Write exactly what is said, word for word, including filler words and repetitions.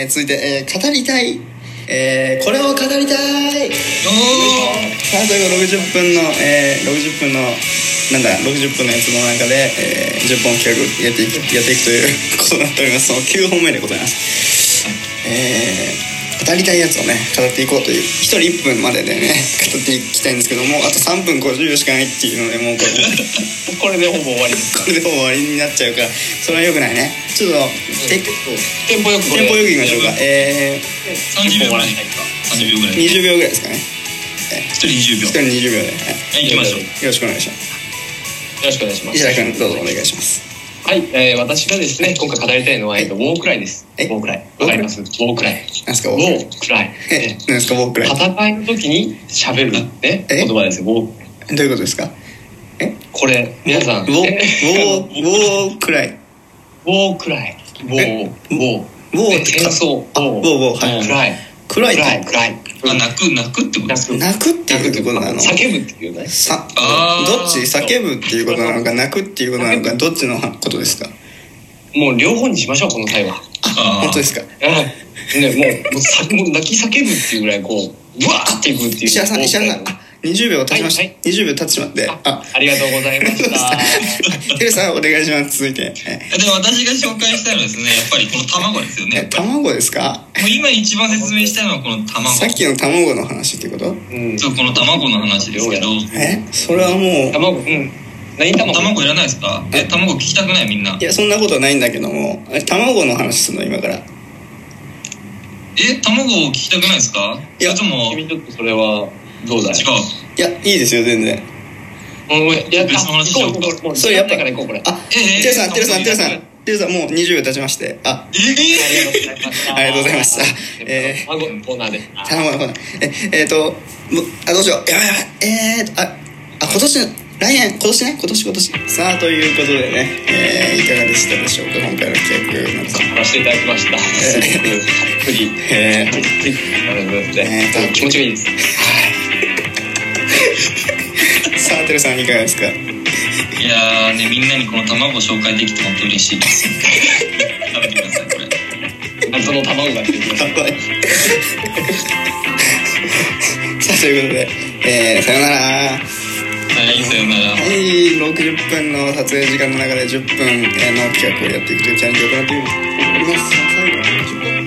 えー、続いて、えー、語りたい、えー、これを語りたい。おー、さあ、というろくじゅっぷんの、えー、ろくじゅっぷんのなんだろくじゅっぷんのやつの中で、えー、じゅっぽん企画やっていくやっていくということになっております。そのきゅうほんめでございます。えー、語りたいやつをね語っていこうという、ひとりいっぷんまででね語っていきたいんですけども、あとさんぷんごじゅうびょうしかないっていうので、もうこれこれでほぼ終わりです。 これでほぼ終わりになっちゃうから、それは良くないね。ちょっとテンポよくテンポよくいきましょうか。えー、さんじゅうびょうぐらいかさんじゅうびょうぐらいにじゅうびょうぐらいですかね。 ひとりにじゅうびょうひとりにじゅうびょうで、はい、 行きましょう。 よろしくお願いします。 よろしくお願いします。 石田君どうぞお願いします。 はい、えー、私がですね今回語りたいのは、えっと、ウォークライです。ウォークライわかります？ウォークライなんすかウォークライえなんすかウォークライ戦いの時に喋るね言葉ですよ。ウォーどういうことですか？えこれ皆さんウォーウォークライウォークライウォーウォーウォー戦争ウォーウォーウォーはいクライ暗い暗い暗いあ、泣く泣くってことですか？ 泣くっていうことなの？ 叫ぶっていうね。 さあどっち？叫ぶっていうことなのか泣くっていうことなのか、どっちのことですか？ もう両方にしましょうこの際は。 あ、本当ですか？ ね、もうもうさもう泣き叫ぶっていうぐらいこううわーっていくっていう。 石原さん石原さん、あにじゅうびょう経ちました、はいはい、にじゅうびょう経ってしまって、 あありがとうございましたテルさんお願いします。続いて、 で私が紹介したいのはですね、やっぱりこの卵ですよね。 え卵ですか？ もう今一番説明したいのはこの卵。 さっきの卵の話ってこと？うん、 そう、この卵の話ですけど、 えそれはもう卵、うん何卵卵いらないですか？え卵聞きたくないみんな。 いやそんなことないんだけども、卵の話するの今から。 え卵聞きたくないですか？ いやそれとも君ちょっとそれはどうだい？ 違う。 いやいいですよ全然。 もうや別の話しようか。 もうそれやっぱから行こうこれ。 あ、テルさんテルさんテルさんテルさんもうにじゅうびょう経ちまして、あえー、 ありがとうございました。えー、 卵のコーナーで卵のコーナーええー、とあどうしようやばいやばいえーとああ今年来年今年ね今年今年さあということでね、えー、いかがでしたでしょうか今回の企画なんですか？ させていただきました。すごくたっぷりえー、 たっぷりなので、えー、気持ちがいいです。 さあテルさんいかがですか？ いやーね、みんなにこの卵を紹介できて本当嬉しいです食べてくださいこれ。 謎の卵が出てきました。 さあということで、えー、さよなら。 はい、さよなら。 はい、ろくじゅっぷんの撮影時間の中でじゅっぷんの企画をやっていくというチャレンジを行っております。最後はじゅっぷん